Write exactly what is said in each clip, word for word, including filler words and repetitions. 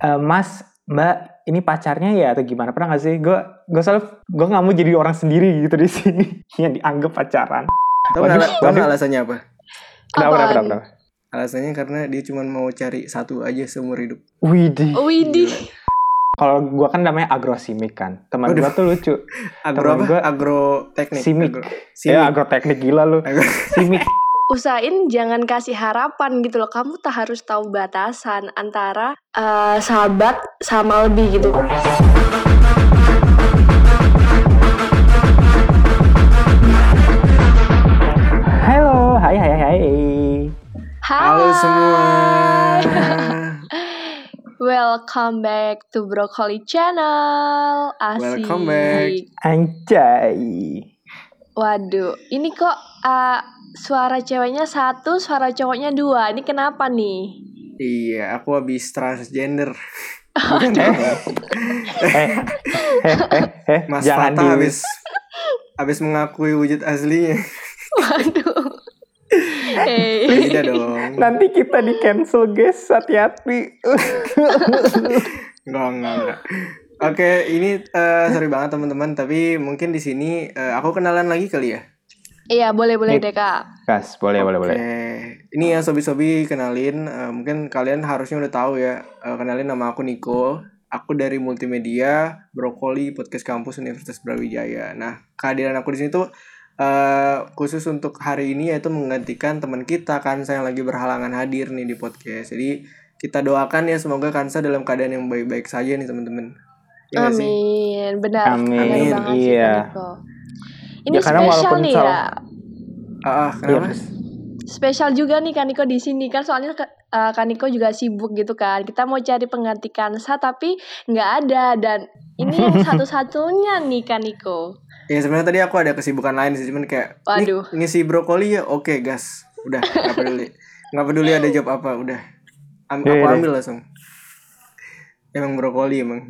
uh, Mas, Mbak, ini pacarnya ya atau gimana? Pernah nggak sih? Gue gue selalu gue nggak mau jadi orang sendiri gitu di sini yang dianggap pacaran. Tahu nggak alasannya apa? Kenapa, kenapa, kenapa? Alasannya karena dia cuma mau cari satu aja seumur hidup. Widih. Widih. Kalau gue kan namanya agrosimik kan. Teman gue tuh lucu. Agro apa? Gua, agroteknik. Simik. Agro, simik. Ya agroteknik gila lu. Agro. Simik. Usahain jangan kasih harapan gitu loh. Kamu tak harus tahu batasan antara uh, sahabat sama lebih gitu. Halo, hai hai hai. Hai. Halo semua. Welcome back to Broccoli Channel. Asik. Welcome back. Anjay. Waduh, ini kok uh, suara ceweknya satu, suara cowoknya dua. Ini kenapa nih? Iya, aku habis transgender. eh, eh, eh, eh, Mas jangan Fata di... habis habis mengakui wujud aslinya. Waduh. Hey. Tidak dong. Nanti kita di cancel guys, hati-hati. Enggak, enggak, enggak. Oke, ini uh, sorry banget teman-teman, tapi mungkin di sini uh, aku kenalan lagi kali ya. Iya, boleh-boleh deh, Kak. Gas, boleh, boleh, boleh. Ini ya sobi-sobi kenalin, uh, mungkin kalian harusnya udah tahu ya. Uh, kenalin nama aku Niko. Aku dari Multimedia Broccoli Podcast Kampus Universitas Brawijaya. Nah, kehadiran aku di sini tuh uh, khusus untuk hari ini yaitu menggantikan teman kita Kansa yang lagi berhalangan hadir nih di podcast. Jadi kita doakan ya semoga Kansa dalam keadaan yang baik-baik saja nih teman-teman. Ya, amin, benar. Amin, amin. iya. Ini ya, spesial nih ya. Ah, kenapa? Iya, spesial juga nih Kaniko di sini kan, soalnya uh, Kaniko juga sibuk gitu kan. Kita mau cari pengganti Kansa tapi nggak ada, dan ini yang satu-satunya nih Kaniko. Ya sebenarnya tadi aku ada kesibukan lain sih, cuman kayak Waduh. ngisi brokoli ya, oke gas, udah nggak peduli, nggak peduli ada job apa, udah Am- aku ambil langsung. Emang brokoli emang.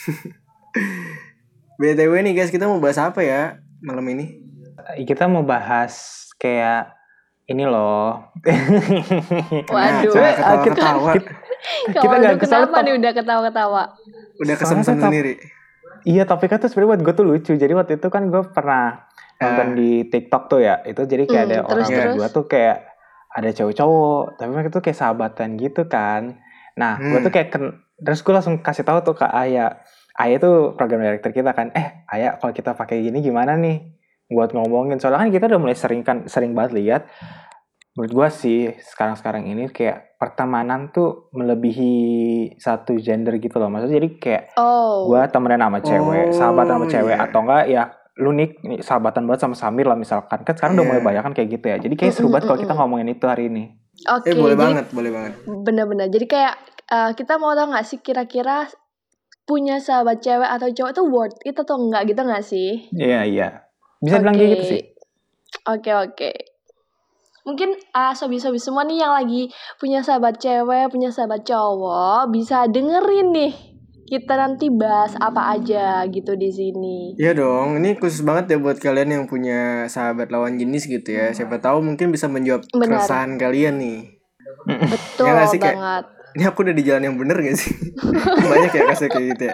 B T W nih guys, kita mau bahas apa ya malam ini? Kita mau bahas kayak ini loh. Waduh. Nah, ketawa-ketawa. Kita, kita nggak kenapa nih udah ketawa-ketawa. Udah kesem-sem sendiri. Iya, topiknya tuh sebenarnya buat gue tuh lucu. Jadi waktu itu kan gue pernah nonton uh. di TikTok tuh ya. Itu jadi kayak hmm, ada orang berdua tuh kayak ada cowok-cowok, tapi mereka tuh kayak sahabatan gitu kan. Nah, hmm. gue tuh kayak ken- terus gue langsung kasih tahu tuh ke Aya. Aya tuh program director kita kan. Eh, Aya kalau kita pakai gini gimana nih? Buat ngomongin. Soalnya kan kita udah mulai sering kan sering banget lihat. Menurut gue sih sekarang-sekarang ini kayak pertemanan tuh melebihi satu gender gitu loh. Maksudnya jadi kayak oh. gue temenan sama cewek, oh, sahabatan sama cewek, yeah. Atau enggak ya lu nih sahabatan banget sama Samir lah misalkan. Kan sekarang yeah. udah mulai banyak kan kayak gitu ya. Jadi kayak seru banget kalau kita ngomongin itu hari ini. Oke, okay, eh, boleh jadi, banget, boleh banget. Bener-bener. Jadi kayak uh, kita mau tau gak sih kira-kira punya sahabat cewek atau cowok tuh worth it atau enggak gitu gak sih? Iya, yeah, iya. Yeah. Bisa okay. bilang kayak gitu sih. Oke, okay, oke. Okay. Mungkin uh, sobi-sobi semua nih yang lagi punya sahabat cewek, punya sahabat cowok, bisa dengerin nih. Kita nanti bahas apa aja gitu di sini. Iya dong, ini khusus banget ya buat kalian yang punya sahabat lawan jenis gitu ya. Siapa tahu mungkin bisa menjawab benar. Keresahan kalian nih. Betul ya sih, banget. Kayak, ini aku udah di jalan yang bener gak sih? Banyak ya kasih kayak gitu ya.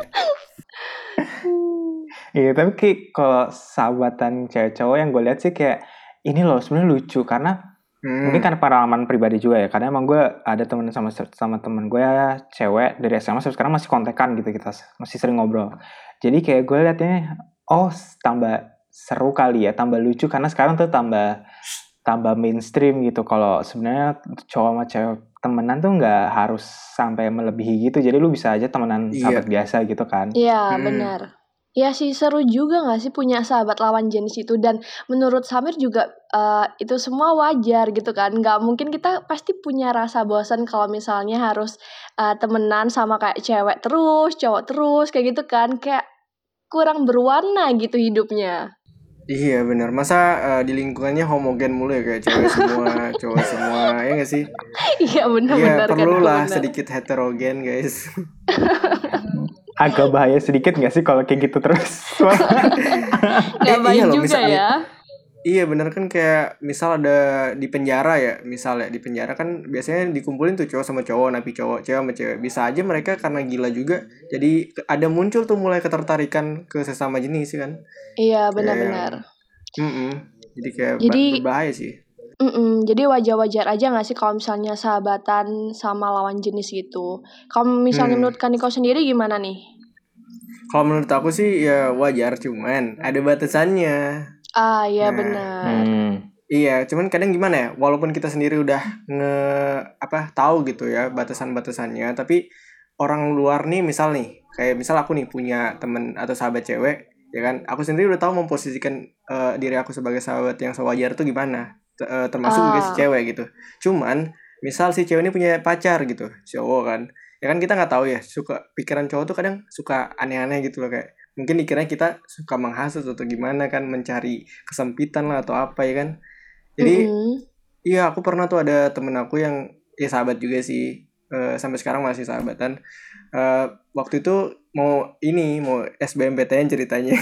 Iya, tapi kayak kalau sahabatan cewek cowok yang gue lihat sih kayak ini loh sebenarnya lucu karena hmm. mungkin kan pengalaman pribadi juga ya, karena emang gue ada temen sama sama temen gue ya, cewek dari S M A sampai sekarang masih kontekan gitu, kita masih sering ngobrol. Jadi kayak gue liatnya oh tambah seru kali ya, tambah lucu karena sekarang tuh tambah tambah mainstream gitu. Kalau sebenarnya cowok sama cewek temenan tuh nggak harus sampai melebihi gitu, jadi lu bisa aja temenan iya. sahabat biasa gitu kan. Iya hmm. benar. Ya sih, seru juga gak sih punya sahabat lawan jenis itu. Dan menurut Samir juga uh, itu semua wajar gitu kan. Gak mungkin kita pasti punya rasa bosan kalau misalnya harus uh, temenan sama kayak cewek terus, cowok terus, kayak gitu kan. Kayak kurang berwarna gitu hidupnya. Iya benar. Masa uh, di lingkungannya homogen mulu ya, kayak cewek semua, cowok semua, ya gak sih? Iya benar-benar. Iya perlulah kan, sedikit heterogen guys. Agak bahaya sedikit gak sih kalau kayak gitu terus? Gak eh, baik iya loh, juga misal, ya. Iya bener kan, kayak misal ada di penjara ya, misal ya di penjara kan biasanya dikumpulin tuh cowok sama cowok, napi cowok, cewek sama cewek. Bisa aja mereka karena gila juga, jadi ada muncul tuh mulai ketertarikan ke sesama jenis kan. Iya, Kayak benar-benar. yang, mm-mm. Jadi kayak ba- Jadi berbahaya sih. mm-mm, jadi wajar-wajar aja nggak sih kalau misalnya sahabatan sama lawan jenis gitu. Kalau misalnya Hmm. menurut Kaniko sendiri gimana nih? Kalau menurut aku sih ya wajar, cuman ada batasannya. Ah, iya Nah, benar. Hmm. Iya, cuman kadang gimana ya, walaupun kita sendiri udah nge apa tahu gitu ya batasan-batasannya, tapi orang luar nih, misal nih, kayak misal aku nih punya temen atau sahabat cewek, ya kan, aku sendiri udah tahu memposisikan eh, diri aku sebagai sahabat yang sewajar tuh gimana, T- eh, termasuk juga si Ah, cewek gitu. Cuman, misal si cewek ini punya pacar gitu, cowok kan, ya kan kita nggak tahu ya, suka pikiran cowok tuh kadang suka aneh-aneh gitu loh, kayak mungkin dikira kita suka menghasut atau gimana kan, mencari kesempitan lah atau apa ya kan. Jadi mm-mm. iya, aku pernah tuh ada temen aku yang ya sahabat juga sih, eh, sampai sekarang masih sahabatan. Eh, waktu itu mau ini mau S B M P T N ceritanya.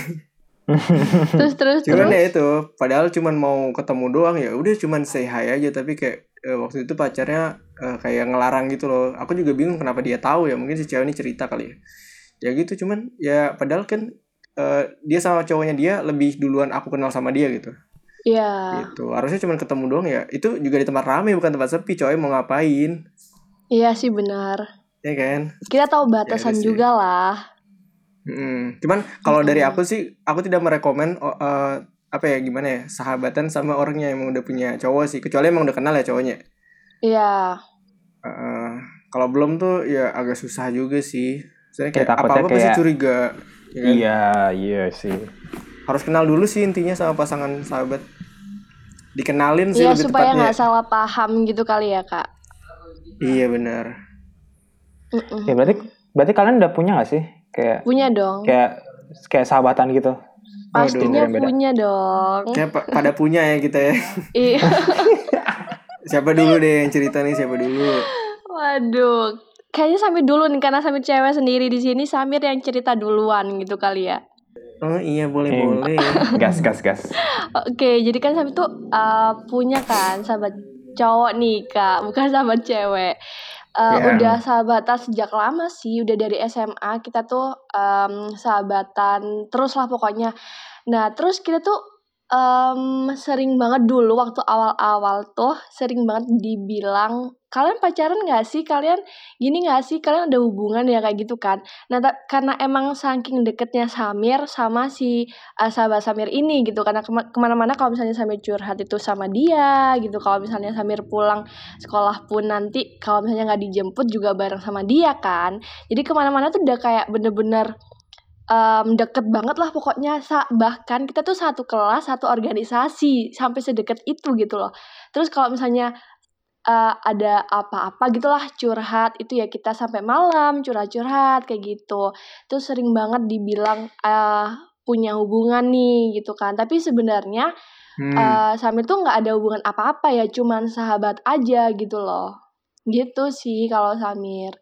Terus terus Cuman terus. ya itu, padahal cuman mau ketemu doang, ya udah cuman say hi aja, tapi kayak eh, waktu itu pacarnya eh, kayak ngelarang gitu loh. Aku juga bingung kenapa dia tahu ya, mungkin si cewek ini cerita kali ya. Ya gitu, cuman ya padahal kan eh, dia sama cowoknya dia lebih duluan aku kenal sama dia gitu. Iya. Gitu. Harusnya cuma ketemu doang ya. Itu juga di tempat ramai, bukan tempat sepi, coy. Mau ngapain? Iya sih benar. Ya kan? Kita tahu Ya batasan udah sih. juga lah. Mm-mm. Cuman kalau dari Mm-mm. aku sih, aku tidak merekomen oh, eh, apa ya, gimana ya, sahabatan sama orangnya yang emang udah punya cowok sih. Kecuali emang udah kenal ya cowoknya. Iya. Eh, kalau belum tuh ya agak susah juga sih. Soalnya Ya kayak takutnya apa-apa pasti kayak curiga. Ya kan? iya, iya sih. Harus kenal dulu sih intinya sama pasangan sahabat. Dikenalin sih Iya lebih supaya tepatnya. nggak salah paham gitu kali ya kak. Iya benar. Mm-mm. Ya berarti berarti kalian udah punya nggak sih kayak Punya dong. kayak kayak sahabatan gitu? Pastinya beda-beda. punya dong. Kayak pa- pada punya ya kita ya. Iya. Siapa dulu deh yang cerita nih, siapa dulu? Waduh. Kayaknya Samir dulu nih karena Samir cewek sendiri di sini, Samir yang cerita duluan gitu kali ya. Oh iya, boleh Eh, boleh. gas gas gas. Oke, jadi kan Samir tuh uh, punya kan sahabat cowok nih kak, bukan sahabat cewek. Uh, Ya. Udah sahabatan sejak lama sih, udah dari S M A kita tuh um, sahabatan terus lah pokoknya. Nah terus kita tuh um, sering banget dulu waktu awal-awal tuh sering banget dibilang kalian pacaran nggak sih, kalian gini nggak sih, kalian ada hubungan ya kayak gitu kan. Nah ta- karena emang saking deketnya Samir sama si uh, sahabat Samir ini gitu, karena kema- kemana-mana kalau misalnya Samir curhat itu sama dia gitu, kalau misalnya Samir pulang sekolah pun nanti kalau misalnya nggak dijemput juga bareng sama dia kan. Jadi kemana-mana tuh udah kayak bener-bener um, deket banget lah pokoknya. Sa- bahkan kita tuh satu kelas, satu organisasi, sampai sedekat itu gitu loh. Terus kalau misalnya uh, ada apa-apa gitulah curhat itu ya kita sampai malam curhat-curhat kayak gitu. Terus sering banget dibilang uh, punya hubungan nih gitu kan. Tapi sebenarnya Hmm. uh, Samir tuh nggak ada hubungan apa-apa ya, cuman sahabat aja gitu loh. Gitu sih kalau Samir.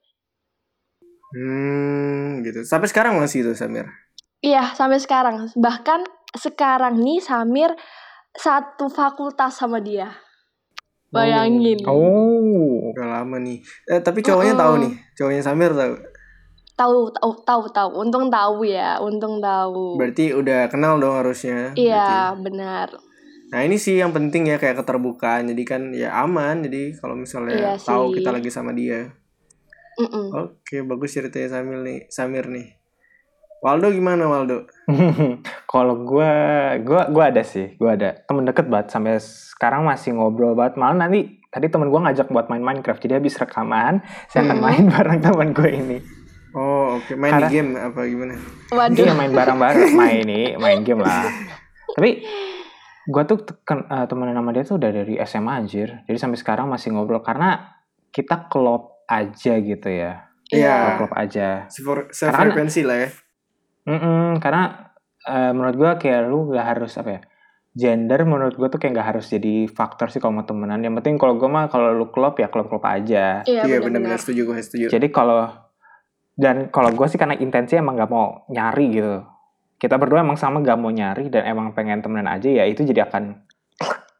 Hmm, gitu. Sampai sekarang masih itu Samir. Iya, sampai sekarang. Bahkan sekarang nih Samir satu fakultas sama dia. Bayangin. Oh. Udah lama nih. Eh, tapi cowoknya Mm-mm. tahu nih, cowoknya Samir tahu. Tahu, tahu, tahu, tahu. Untung tahu ya, untung tahu. Berarti udah kenal dong harusnya. Iya, Berarti. benar. Nah ini sih yang penting ya, kayak keterbukaan. Jadi kan ya aman. Jadi kalau misalnya Iya tahu sih. kita lagi sama dia. Mm-mm. Oke, bagus ceritanya Samir nih. Samir nih. Waldo gimana Waldo? Kalau gue, gue, gue ada sih, gue ada temen deket banget sampai sekarang masih ngobrol banget. Malah nanti tadi temen gue ngajak buat main Minecraft, jadi habis rekaman saya akan Hmm. main bareng temen gue ini. Oh oke, main Karena- di game apa gimana? Waduh. Iya main bareng-bareng, main ini, main game lah. Tapi gue tuh teken, uh, temenan sama dia tuh udah dari S M A anjir, jadi sampai sekarang masih ngobrol karena kita klop aja gitu ya, Iya. klop aja. Sefor- Karena- Sefrekuensi lah ya. Mm-mm, karena uh, menurut gue kayak lu gak harus apa ya, gender menurut gue tuh kayak gak harus jadi faktor sih kalau mau temenan. Yang penting kalau gue mah kalau lu klop ya klop-klop aja. Iya, Iya benar-benar. benar-benar setuju gue setuju. Jadi kalau dan kalau gue sih karena intensi emang gak mau nyari gitu. Kita berdua emang sama gak mau nyari dan emang pengen temenan aja ya, itu jadi akan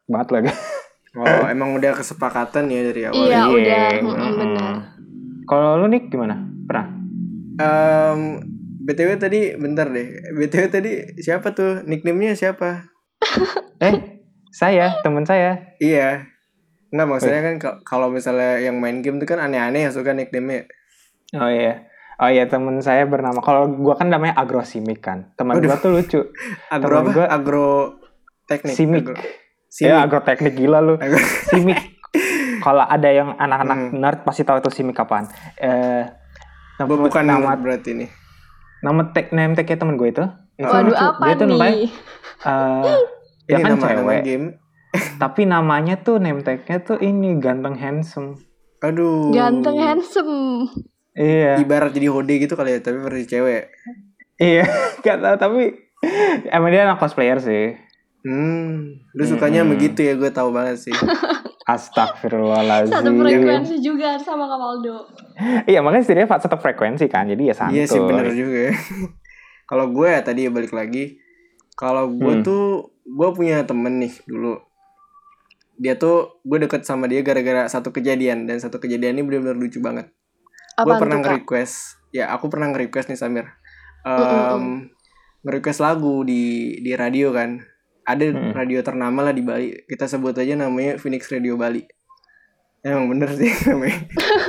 banget lagi. Oh, emang udah kesepakatan ya dari awal. Iya, Iya, udah, mm-mm. mm, benar. Kalau lu nih gimana? Pernah? Um, B T W tadi bentar deh. B T W tadi siapa tuh? Nickname-nya siapa? Eh, saya, teman saya. Iya. Nggak, maksudnya kan ka- kalau misalnya yang main game tuh kan aneh-aneh yang suka nickname-nya. Oh iya. Oh iya, teman saya bernama, kalau gua kan namanya Agrosimik kan. Teman gua tuh lucu. Agro Temen apa? gua Agro teknik. Simik. Agro. Ya, Simik. agroteknik gila lu. Agro. Simik. Kalau ada yang anak-anak Hmm. nerd pasti tahu itu Simik apaan. Eh, nama, Bukan nama berarti nih. nama tag name tag-nya temen gue itu. itu Waduh, lucu. apa Dia tuh namanya nih? eh, dia Ini kan nama nama cewek. game. Tapi namanya tuh name tag-nya tuh ini ganteng handsome. Aduh. Ganteng handsome. Iya. Ibarat jadi hode gitu kali ya, tapi versi cewek. Iya, gak tahu tapi emang dia anak cosplayer sih. Hmm, lu sukanya Hmm. begitu ya, gue tahu banget sih. Astagfirullahaladzim. Satu frekuensi juga sama Kak Waldo. Iya, makanya setidaknya satu frekuensi kan, jadi ya santuy. Iya sih, bener juga. Kalau gue ya tadi ya balik lagi. Kalau gue Hmm. tuh, gue punya temen nih dulu. Dia tuh, gue deket sama dia gara-gara satu kejadian. Dan satu kejadian ini benar-benar lucu banget. Gue Apaan pernah tuh, Kak? nge-request, ya aku pernah nge-request nih Samir. Um, Mm-mm. Nge-request lagu di di radio kan. Ada Mm. radio ternama lah di Bali. Kita sebut aja namanya Phoenix Radio Bali. Emang bener sih namanya.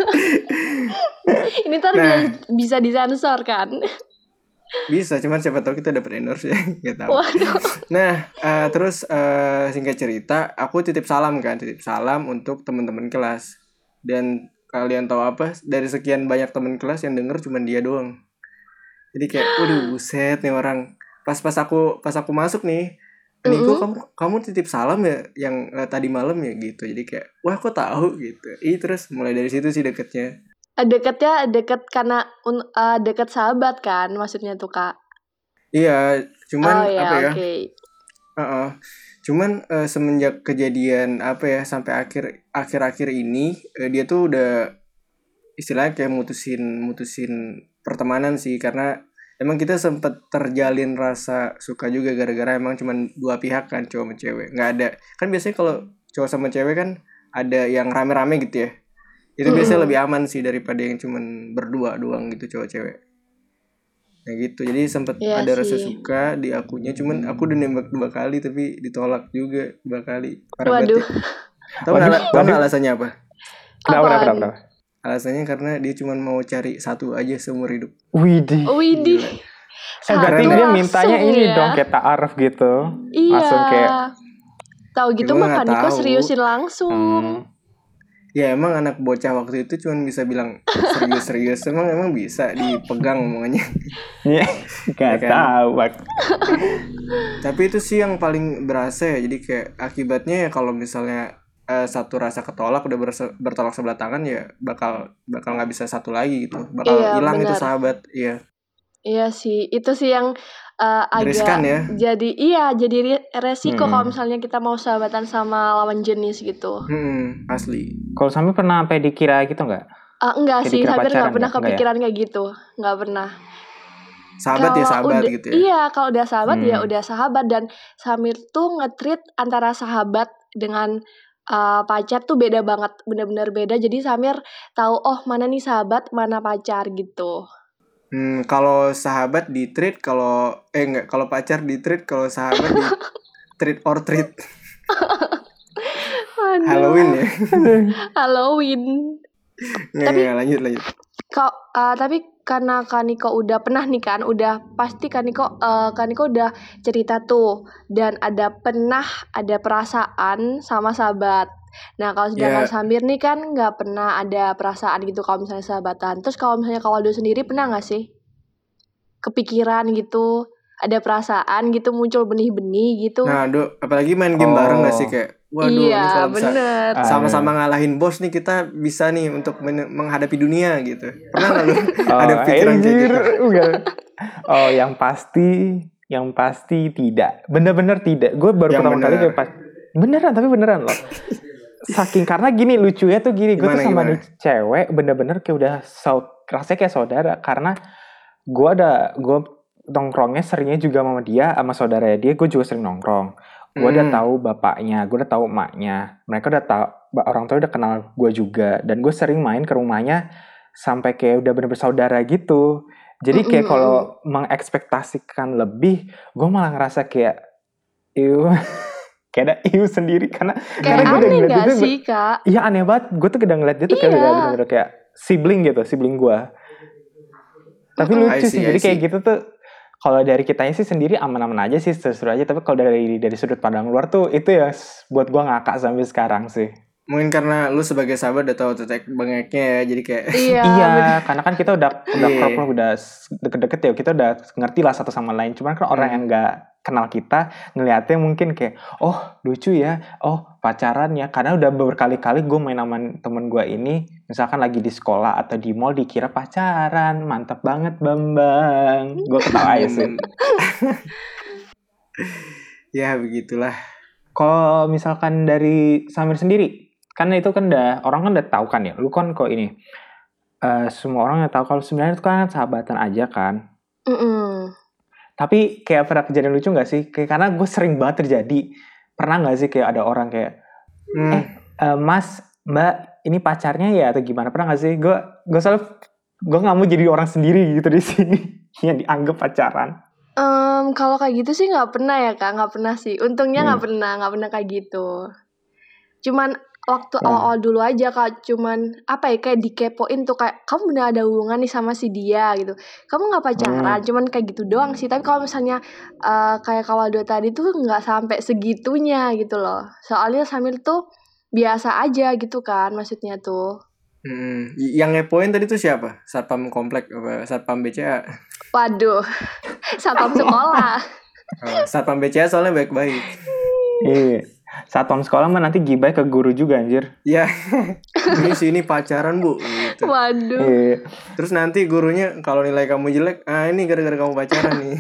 Ini ntar Nah. bisa, bisa disensor kan? Bisa, cuman siapa tahu kita dapat endorse ya, nggak tahu. Waduh. Nah, eh, terus eh, singkat cerita, aku titip salam kan, titip salam untuk teman-teman kelas. Dan kalian tahu apa? Dari sekian banyak teman kelas yang denger cuma dia doang. Jadi kayak, waduh, buset nih orang. Pas-pas aku pas aku masuk nih, Niko, Mm-mm. kamu kamu titip salam ya yang eh, tadi malam ya gitu. Jadi kayak, wah kok tahu gitu. Ih, terus mulai dari situ sih deketnya. Deketnya deket karena un, uh, deket sahabat kan maksudnya tuh, Kak. Iya, Oh cuman ya, apa ya? oke. Uh-uh. Cuman eh, semenjak kejadian apa ya sampai akhir akhir-akhir ini eh, dia tuh udah istilahnya kayak mutusin mutusin pertemanan sih, karena emang kita sempet terjalin rasa suka juga gara-gara emang cuman dua pihak kan, cowok sama cewek. Nggak ada, kan biasanya kalau cowok sama cewek kan ada yang rame-rame gitu ya. Itu biasanya Mm-mm. lebih aman sih daripada yang cuman berdua doang gitu cowok cewek. Nah gitu, jadi sempet Iya ada rasa sih. suka di akunya, cuman aku udah nembak dua kali tapi ditolak juga dua kali. Parah banget Waduh. ya. Tahu nggak ala- tahu nggak alasannya apa? Kenapa, kenapa, Apaan? kenapa? Alasannya karena dia cuma mau cari satu aja seumur hidup. Widih. Widih. Eh, berarti Satu dia langsung mintanya ini ya. dong kayak ta'aruf gitu. Iya. Langsung kayak Tahu gitu Ya, gua mah nggak kan Niko tahu. seriusin langsung. hmm, Ya emang anak bocah waktu itu cuma bisa bilang serius-serius. Emang emang bisa dipegang omongannya. ya, gak Ya kan? tahu, Bang. Tapi itu sih yang paling berasa ya. Jadi kayak akibatnya ya kalau misalnya eh, satu rasa ketolak udah berse- bertolak sebelah tangan ya bakal bakal nggak bisa satu lagi gitu. Bakal Iya, hilang itu benar. sahabat. Iya. Iya sih, itu sih yang uh, agak Riskan ya. jadi iya jadi ri- resiko Hmm. kalau misalnya kita mau sahabatan sama lawan jenis gitu. Hmm, asli. Kalau Sami pernah sampai dikira gitu nggak? Ah, enggak Kayak sih, dikira Samir pacaran nggak pernah nggak? Enggak ya? kepikiran kayak gitu, nggak pernah. Sahabat ya Kalau sahabat udah, gitu ya. Iya, kalau udah sahabat ya Hmm. udah sahabat, dan Samir tuh nge-treat antara sahabat dengan uh, pacar tuh beda banget, bener-bener beda. Jadi Samir tahu oh mana nih sahabat, mana pacar gitu. Hmm, kalau sahabat di treat, kalau eh enggak, kalau pacar di treat, kalau sahabat di treat or treat. Aduh, Halloween ya. Halloween. Nggak, Tapi- nggak, lanjut lanjut. Kau, uh, tapi karena Kaniko udah pernah nih kan, udah pasti Kaniko, uh, Kaniko udah cerita tuh, dan ada pernah ada perasaan sama sahabat. Nah kalau sedangkan Ya. Samir nih kan nggak pernah ada perasaan gitu kalau misalnya sahabatan. Terus kalau misalnya Kak Waldo sendiri pernah nggak sih kepikiran gitu, ada perasaan gitu muncul benih-benih gitu? Nah, Dok, apalagi main game Oh. bareng gak sih kayak, waduh, ini Iya kalau bisa bener. Ah. sama-sama ngalahin bos nih kita bisa nih untuk men- menghadapi dunia gitu. Pernah nggak lu Oh, ada pikiran kayak anjir, gitu? enggak. Oh, yang pasti, yang pasti tidak. Bener-bener tidak. Gue baru Yang pertama kali bener. kayak pas. Beneran, tapi beneran loh. Saking karena gini lucunya tuh gini, gue tuh Gimana, sama gimana? nih cewek bener-bener kayak udah sau- rasanya kayak saudara, karena gue ada gue nongkrongnya seringnya juga sama dia, sama saudaranya dia, gue juga sering nongkrong. gue udah tahu bapaknya, gue udah tahu emaknya, mereka udah tahu, orang tua udah kenal gue juga, dan gue sering main ke rumahnya sampai kayak udah bener-bener saudara gitu. Jadi kayak kalau mengekspektasikan lebih, gue malah ngerasa kayak iu kayak ada iu sendiri karena kayak karena aneh gak gue, sih kak? Iya aneh banget, gue tuh kadang ngeliat dia tuh kayak iya. bener-bener kayak sibling gitu, sibling gue. Tapi mm-hmm. lucu sih, jadi kayak gitu tuh. Kalau dari kitanya sih sendiri aman-aman aja sih, seru-seru aja. Tapi kalau dari dari sudut pandang luar tuh itu ya buat gue ngakak sampai sekarang sih. Mungkin karena lu sebagai sahabat udah tahu tetek bengeknya ya, jadi kayak iya, iya karena kan kita udah udah klop lah, udah deket-deket ya, kita udah ngerti lah satu sama lain. Cuman kan orang hmm. yang nggak kenal kita ngeliatnya mungkin kayak oh lucu ya, oh pacaran ya, karena udah berkali-kali gue main sama temen gue ini, misalkan lagi di sekolah atau di mall dikira pacaran, mantap banget Bambang, gue ketawa aja sih. Ya begitulah. Kalau misalkan dari Samir sendiri, karena itu kan udah orang kan udah tahu kan ya, lu kan kok ini uh, semua orang udah tahu kalau sebenarnya itu kan sahabatan aja kan. Mm-mm. Tapi kayak pernah kejadian lucu nggak sih? Kayak karena gue sering banget terjadi. Pernah nggak sih kayak ada orang kayak hmm. eh uh, Mas Mbak ini pacarnya ya atau gimana? Pernah nggak sih? Gue gue selalu gue nggak mau jadi orang sendiri gitu di sini yang dianggap pacaran. Um, kalau kayak gitu sih nggak pernah ya kak, nggak pernah sih. Untungnya nggak hmm. pernah, nggak pernah kayak gitu. Cuman waktu Wah. awal-awal dulu aja kak, cuman apa ya kayak dikepoin tuh kayak kamu bener ada hubungan nih sama si dia gitu. Kamu nggak pacaran, hmm. cuman kayak gitu doang sih. Tapi kalau misalnya uh, kayak Kawaldo tadi tuh nggak sampai segitunya gitu loh. Soalnya Samir tuh biasa aja gitu kan, maksudnya tuh. Hmm. Yang ngepoin tadi tuh siapa? Satpam komplek apa satpam B C A? Waduh, satpam sekolah. Oh, satpam B C A soalnya baik-baik. Iya. Satpam sekolah mah nanti gibah ke guru juga anjir. Iya. Ini sih ini pacaran bu. Gitu. Waduh. Iya. Terus nanti gurunya kalau nilai kamu jelek, ah ini gara-gara kamu pacaran nih.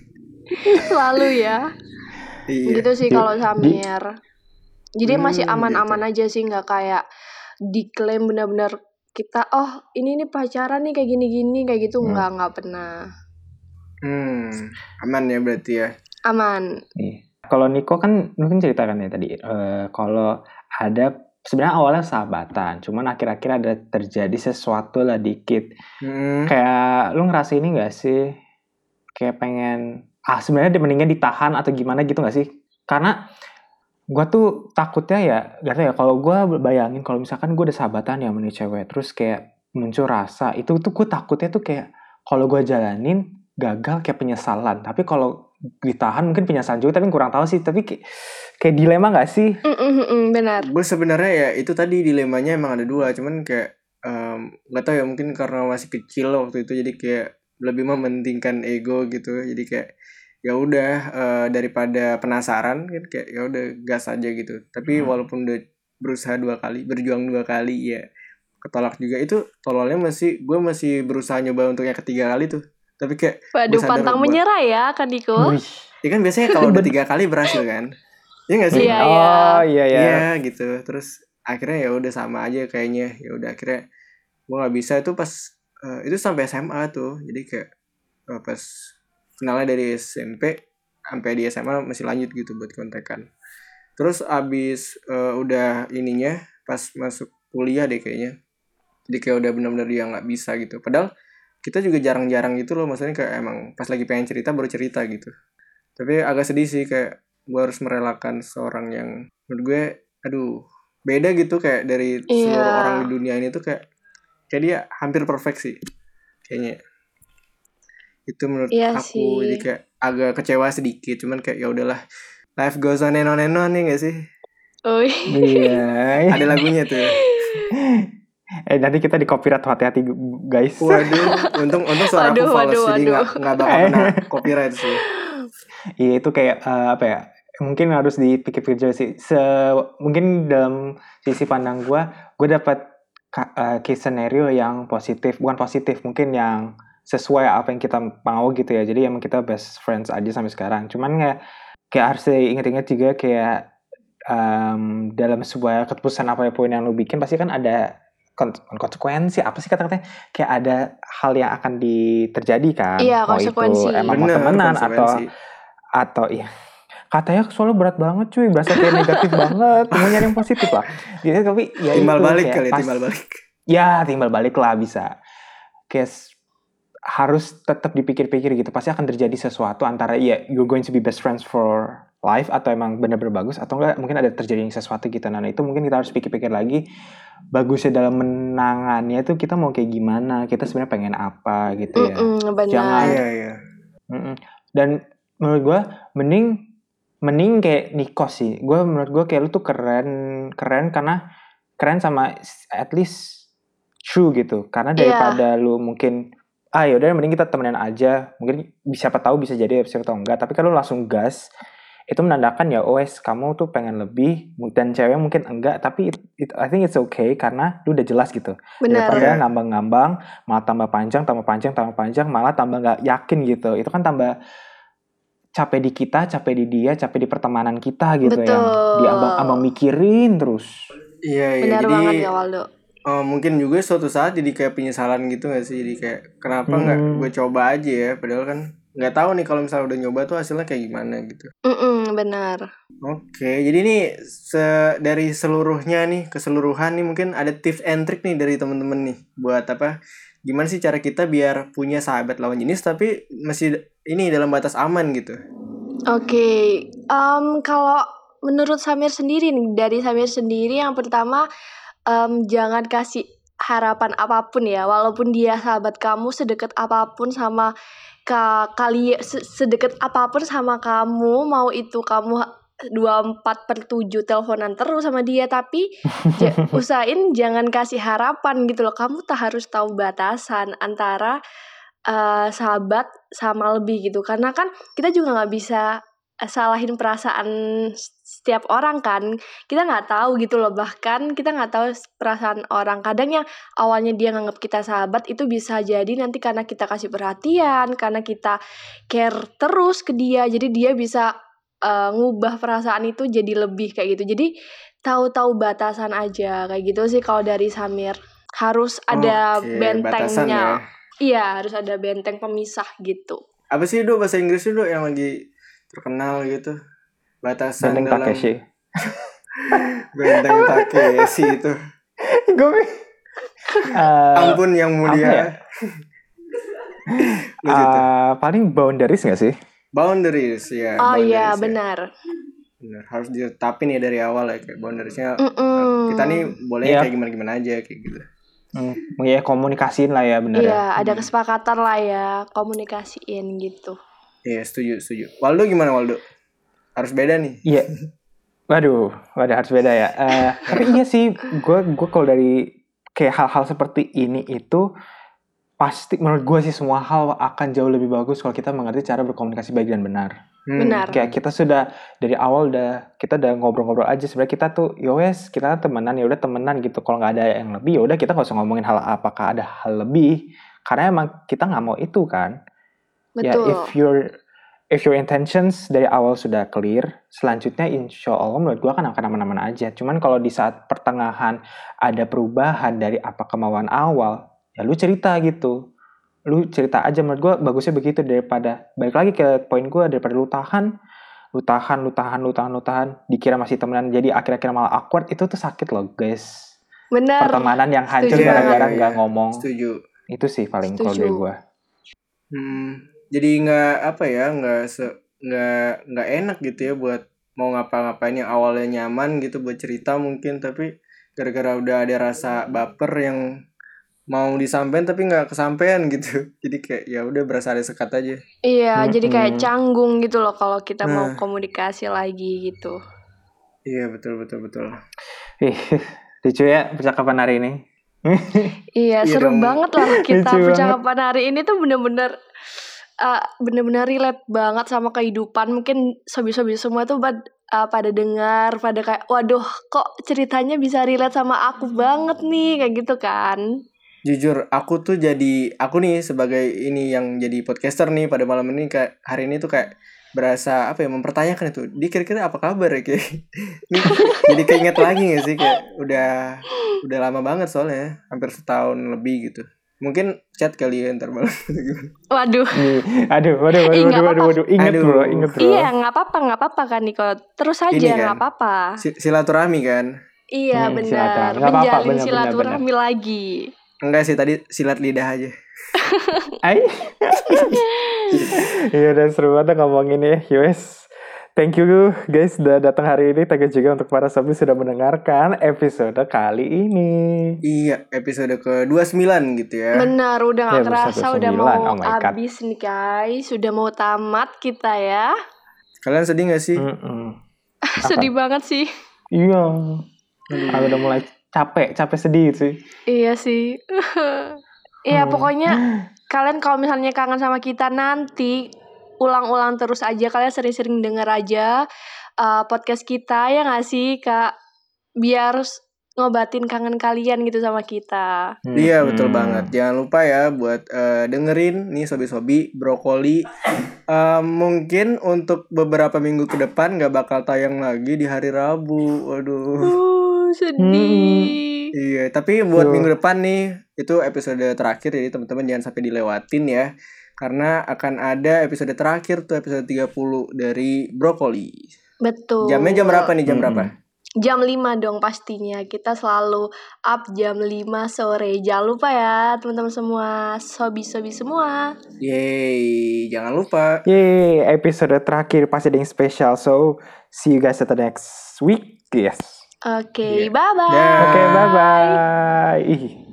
Selalu ya. Iya. Gitu sih kalau Samir. Jadi Hmm, masih aman-aman gitu. aja sih, nggak kayak diklaim benar-benar kita oh ini nih pacaran nih kayak gini-gini kayak gitu, hmm. nggak nggak pernah. Hmm, aman ya berarti ya. Aman. Iya. Kalau Niko kan mungkin ceritakan ya tadi, uh, kalau ada sebenarnya awalnya sahabatan, cuman akhir-akhir ada terjadi sesuatu lah dikit. Hmm. Kayak lu ngerasa ini nggak sih? Kayak pengen ah sebenarnya dia mendingan ditahan atau gimana gitu nggak sih? Karena gue tuh takutnya ya, gak tau ya. Kalau gue bayangin kalau misalkan gue udah sahabatan ya sama nih cewek, terus kayak muncul rasa, itu tuh gue takutnya tuh kayak kalau gue jalanin gagal kayak penyesalan. Tapi kalau ditahan mungkin penyesalan juga, tapi kurang tahu sih. Tapi kayak, kayak dilema nggak sih? Mm-mm, benar. Gue sebenarnya ya itu tadi dilemanya emang ada dua, cuman kayak nggak um, tahu ya mungkin karena masih kecil waktu itu jadi kayak lebih mementingkan ego gitu. Jadi kayak ya udah uh, daripada penasaran kan kayak ya udah gas aja gitu. Tapi hmm. walaupun udah berusaha dua kali, berjuang dua kali ya ketolak juga. Itu tololnya masih gue masih berusaha nyoba untuk yang ketiga kali tuh. Tapi kayak waduh pantang buat, menyerah ya kan Niko. Ya kan biasanya kalau udah tiga kali berhasil kan. Iya nggak sih? Iya, oh iya iya. Iya gitu. Terus akhirnya ya udah sama aja kayaknya. Ya udah akhirnya gue nggak bisa itu pas uh, itu sampai S M A tuh. Jadi kayak uh, pas kenalnya dari S M P sampai di S M A masih lanjut gitu buat kontekan. Terus abis uh, udah ininya pas masuk kuliah deh kayaknya. Jadi kayak udah benar-benar dia nggak bisa gitu. Padahal kita juga jarang-jarang gitu loh, maksudnya kayak emang pas lagi pengen cerita baru cerita gitu. Tapi agak sedih sih kayak gue harus merelakan seorang yang menurut gue aduh beda gitu kayak dari yeah. seluruh orang di dunia ini tuh kayak kayak dia hampir perfect sih kayaknya. Itu menurut yeah, aku sih. Jadi kayak agak kecewa sedikit, cuman kayak ya udahlah, life goes on and on and on nih gak sih? Oh iya. Ada lagunya tuh. Eh nanti kita di copyright, hati-hati guys. Waduh, untung untung suara waduh, aku false waduh, jadi nggak nggak bakal kena copyright sih. Iya itu kayak uh, apa ya? Mungkin harus dipikir-pikir juga sih. Se mungkin dalam sisi pandang gue, gue dapat uh, case scenario yang positif, bukan positif, mungkin yang sesuai apa yang kita mau gitu ya. Jadi emang kita best friends aja sampai sekarang. Cuman kayak kayak harus ingat-ingat juga kayak um, dalam sebuah keputusan apapun yang lo bikin pasti kan ada konsekuensi, apa sih kata-katanya, kayak ada hal yang akan di, terjadi kan, iya, mau itu emang mau temenan atau atau iya katanya soalnya berat banget cuy, berasa kayak negatif banget, mau nyari yang positif lah gitu. Tapi ya timbal itu, balik kayak kali pas, timbal balik ya timbal balik lah bisa, kayak harus tetap dipikir-pikir gitu, pasti akan terjadi sesuatu antara ya you're going to be best friends for life atau emang benar-benar bagus, atau enggak mungkin ada terjadi sesuatu gitu. Nah itu mungkin kita harus pikir-pikir lagi, bagusnya dalam menangannya itu kita mau kayak gimana, kita sebenarnya pengen apa gitu ya. Mm-mm, jangan iya, iya. Dan menurut gue mending mending kayak Nikos sih, gue menurut gue kayak lu tuh keren keren karena keren sama at least true gitu, karena daripada yeah. lu mungkin ah yaudah mending kita temenan aja, mungkin siapa tahu bisa jadi siapa tahu enggak, tapi kalau langsung gas itu menandakan ya wes kamu tuh pengen lebih, dan cewek mungkin enggak, tapi it, it, I think it's okay karena lu udah jelas gitu. Benar. Daripada ngambang-ngambang malah tambah panjang tambah panjang tambah panjang malah tambah nggak yakin gitu, itu kan tambah capek di kita, capek di dia, capek di pertemanan kita gitu. Betul. Yang diambang-ambang mikirin terus. Iya, iya. Benar jadi, banget ya Waldo. Uh, mungkin juga suatu saat jadi kayak penyesalan gitu gak sih? Jadi kayak kenapa nggak hmm. gue coba aja ya? Padahal kan nggak tahu nih kalau misalnya udah nyoba tuh hasilnya kayak gimana gitu. Mm-mm, benar. Oke, jadi nih se- dari seluruhnya nih keseluruhan nih mungkin ada tips and trick nih dari temen-temen nih buat apa? Gimana sih cara kita biar punya sahabat lawan jenis tapi masih ini dalam batas aman gitu? Oke, okay. um, kalau menurut Samir sendiri nih, dari Samir sendiri yang pertama um, jangan kasih harapan apapun ya, walaupun dia sahabat kamu sedekat apapun sama ka, kali sedekat apapun sama kamu, mau itu kamu dua puluh empat per tujuh teleponan terus sama dia, tapi j- usahain jangan kasih harapan gitu loh. Kamu tak harus tahu batasan antara uh, sahabat sama lebih gitu, karena kan kita juga nggak bisa salahin perasaan setiap orang kan, kita nggak tahu gitu loh, bahkan kita nggak tahu perasaan orang. Kadang yang awalnya dia nganggap kita sahabat itu bisa jadi nanti karena kita kasih perhatian, karena kita care terus ke dia, jadi dia bisa uh, ngubah perasaan itu jadi lebih kayak gitu. Jadi tahu-tahu batasan aja kayak gitu sih kalau dari Samir. Harus ada okay, bentengnya. Iya, harus ada benteng pemisah gitu. Apa sih Do bahasa Inggrisnya Do yang lagi terkenal gitu? Batasan benteng dalam Takeshi. Benteng Takeshi itu. Gue uh, ampun yang mulia. Ya? uh, paling boundaries gak sih? Boundaries ya. Oh boundaries, iya ya. benar. Benar, harusditetapin ya dari awal ya kayak boundariesnya. Mm-mm. Kita nih boleh yeah. kayak gimana-gimana aja kayak gitu. Hmm, ya komunikasiin lah ya benar. Iya, ya. ada kesepakatan lah ya, komunikasiin gitu. Iya, setuju, setuju. Waldo gimana Waldo? Harus beda nih. Iya. Waduh, waduh harus beda ya. Uh, tapi iya sih, gue gue kalau dari kayak hal-hal seperti ini itu pasti menurut gue sih semua hal akan jauh lebih bagus kalau kita mengerti cara berkomunikasi baik dan benar. Hmm. Benar. Kayak kita sudah dari awal udah kita udah ngobrol-ngobrol aja, sebenarnya kita tuh yowes kita temenan ya udah temenan gitu. Kalau nggak ada yang lebih ya udah kita nggak usah ngomongin hal apakah ada hal lebih, karena emang kita nggak mau itu kan. Betul. Ya if your if your intentions dari awal sudah clear, selanjutnya insya Allah menurut gue kan akan aman-aman aja. Cuman kalau di saat pertengahan ada perubahan dari apa kemauan awal, ya lu cerita gitu. Lu cerita aja, menurut gue bagusnya begitu daripada balik lagi ke poin gue, daripada lu tahan lu tahan lu tahan lu tahan lu tahan dikira masih temenan jadi akhir-akhir malah awkward. Itu tuh sakit loh guys. Benar. Pertemanan yang hancur Setuju. gara-gara nggak ya, ya. ngomong. Setuju. Itu sih paling kalau dari gue. Hmm, jadi nggak apa ya nggak se nggak nggak enak gitu ya buat mau ngapa-ngapain yang awalnya nyaman gitu buat cerita mungkin, tapi gara-gara udah ada rasa baper yang mau disampaikan tapi nggak kesampaian gitu, jadi kayak ya udah berasa ada sekat aja. Iya, hmm, jadi kayak hmm. canggung gitu loh kalau kita nah. mau komunikasi lagi gitu. Iya betul betul betul. Ih, lucu ya percakapan hari ini. Iya seru dong. banget lah kita percakapan hari ini tuh bener-bener uh, bener-bener relate banget sama kehidupan. Mungkin sobi-sobi semua tuh bad, uh, pada dengar, pada kayak waduh kok ceritanya bisa relate sama aku banget nih kayak gitu kan. Jujur, aku tuh jadi, aku nih sebagai ini yang jadi podcaster nih pada malam ini kayak hari ini tuh kayak berasa apa ya, mempertanyakan itu. Dia kira-kira apa kabar ya kayak. Jadi keinget lagi gak sih kayak udah udah lama banget soalnya, hampir setahun lebih gitu. Mungkin chat kali ya ntar malam. Waduh. Nih, aduh, waduh, waduh, Ih, nggak waduh, waduh, apa-apa. waduh, inget Aduh. bro, inget bro. Iya, nggak apa-apa, nggak apa-apa kan Niko. Terus aja Ini nggak kan, apa-apa. si- silaturahmi kan? Iya, Hmm, benar. silaturahmi. Nggak apa-apa, Menjalin benar, benar, silaturahmi lagi. Enggak sih, tadi silat lidah aja. Ay. Iya, dan seru banget ngomongin ya. Yowes. Thank you guys udah datang hari ini. Thank you juga untuk para sobi sudah mendengarkan episode kali ini. Iya, episode ke dua puluh sembilan gitu ya. Benar, udah gak Ya, kerasa, satu udah sembilan. mau Oh my God. habis nih guys. Sudah mau tamat kita ya. Kalian sedih gak sih? Mm-mm. Sedih banget sih. Iya. Aku udah mulai capek, capek sedih sih. Iya sih. Iya, Hmm. pokoknya kalian kalau misalnya kangen sama kita nanti ulang-ulang terus aja, kalian sering-sering denger aja uh, podcast kita ya nggak sih Kak, biar ngobatin kangen kalian gitu sama kita. Hmm. Iya betul banget. Jangan lupa ya buat uh, dengerin nih sobi-sobi brokoli. Uh, mungkin untuk beberapa minggu ke depan nggak bakal tayang lagi di hari Rabu. Waduh. Uh, sedih. Iya, tapi buat Tuh. minggu depan nih itu episode terakhir, jadi teman-teman jangan sampai dilewatin ya. Karena akan ada episode terakhir tuh episode tiga puluh dari brokoli. Betul. Jamnya jam berapa nih? Jam Hmm. berapa? Jam lima dong pastinya. Kita selalu up jam lima sore. Jangan lupa ya teman-teman semua, sobi-sobi semua. Yeay, jangan lupa. Yeay, episode terakhir pasti ada yang spesial. So, see you guys at the next week. Yes. Oke, Iya. bye-bye. Dah. Oke, bye-bye. Ih.